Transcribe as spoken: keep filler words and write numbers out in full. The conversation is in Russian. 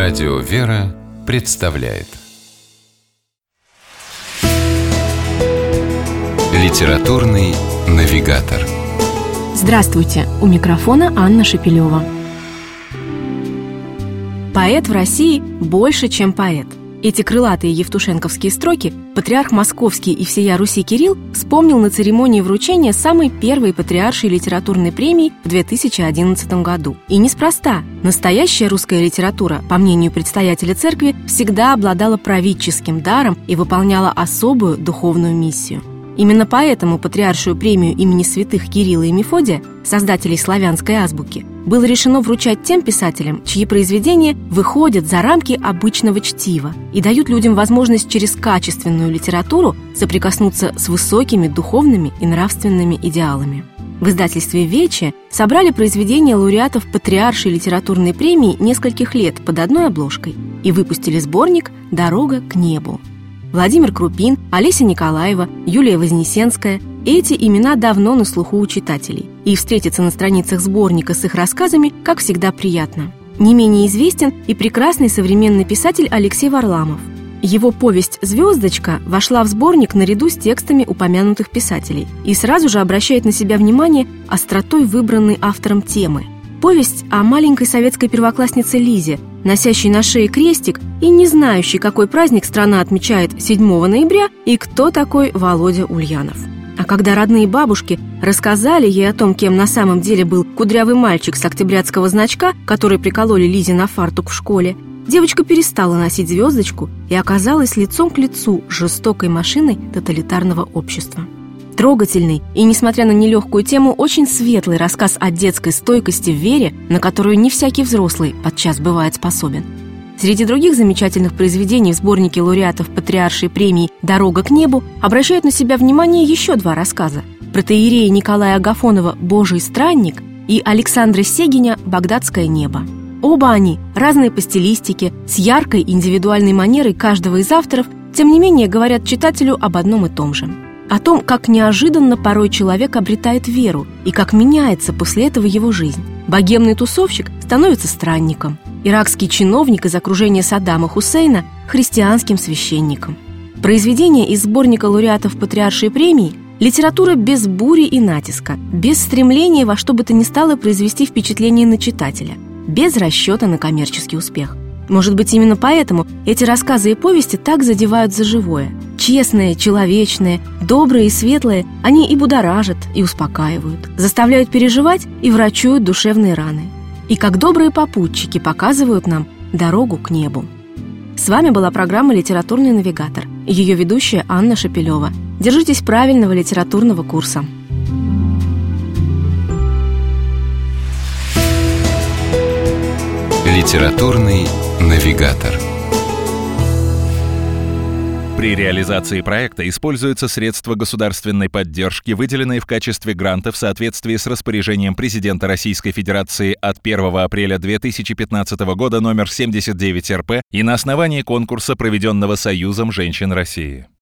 Радио «Вера» представляет Литературный навигатор. Здравствуйте! У микрофона Анна Шепелева. Поэт в России больше, чем поэт. Эти крылатые евтушенковские строки патриарх Московский и всея Руси Кирилл вспомнил на церемонии вручения самой первой патриаршей литературной премии в две тысячи одиннадцатом году. И неспроста. Настоящая русская литература, по мнению предстоятеля церкви, всегда обладала правительским даром и выполняла особую духовную миссию. Именно поэтому патриаршую премию имени святых Кирилла и Мефодия, создателей славянской азбуки, было решено вручать тем писателям, чьи произведения выходят за рамки обычного чтива и дают людям возможность через качественную литературу соприкоснуться с высокими духовными и нравственными идеалами. В издательстве «Вече» собрали произведения лауреатов патриаршей литературной премии нескольких лет под одной обложкой и выпустили сборник «Дорога к небу». Владимир Крупин, Олеся Николаева, Юлия Вознесенская – эти имена давно на слуху у читателей, и встретиться на страницах сборника с их рассказами, как всегда, приятно. Не менее известен и прекрасный современный писатель Алексей Варламов. Его повесть «Звездочка» вошла в сборник наряду с текстами упомянутых писателей и сразу же обращает на себя внимание остротой выбранной автором темы. Повесть о маленькой советской первокласснице Лизе, носящей на шее крестик и не знающей, какой праздник страна отмечает седьмого ноября и кто такой Володя Ульянов. А когда родные бабушки рассказали ей о том, кем на самом деле был кудрявый мальчик с октябрятского значка, который прикололи Лизе на фартук в школе, девочка перестала носить звездочку и оказалась лицом к лицу с жестокой машиной тоталитарного общества. Трогательный и, несмотря на нелегкую тему, очень светлый рассказ о детской стойкости в вере, на которую не всякий взрослый подчас бывает способен. Среди других замечательных произведений в сборнике лауреатов патриаршей премии «Дорога к небу» обращают на себя внимание еще два рассказа: протоиерея Николая Агафонова «Божий странник» и Александра Сегиня «Багдадское небо». Оба они, разные по стилистике, с яркой индивидуальной манерой каждого из авторов, тем не менее говорят читателю об одном и том же. О том, как неожиданно порой человек обретает веру и как меняется после этого его жизнь. Богемный тусовщик становится странником, иракский чиновник из окружения Саддама Хусейна – христианским священником. Произведение из сборника лауреатов патриаршей премии – литература без бури и натиска, без стремления во что бы то ни стало произвести впечатление на читателя, без расчета на коммерческий успех. Может быть, именно поэтому эти рассказы и повести так задевают за живое. Честные, человечные, добрые и светлые, они и будоражат, и успокаивают, заставляют переживать и врачуют душевные раны. И как добрые попутчики показывают нам дорогу к небу. С вами была программа «Литературный навигатор» и ее ведущая Анна Шепелева. Держитесь правильного литературного курса. Литературный навигатор. При реализации проекта используются средства государственной поддержки, выделенные в качестве гранта в соответствии с распоряжением президента Российской Федерации от первого апреля две тысячи пятнадцатого года номер семьдесят девять эр пэ и на основании конкурса, проведенного Союзом женщин России.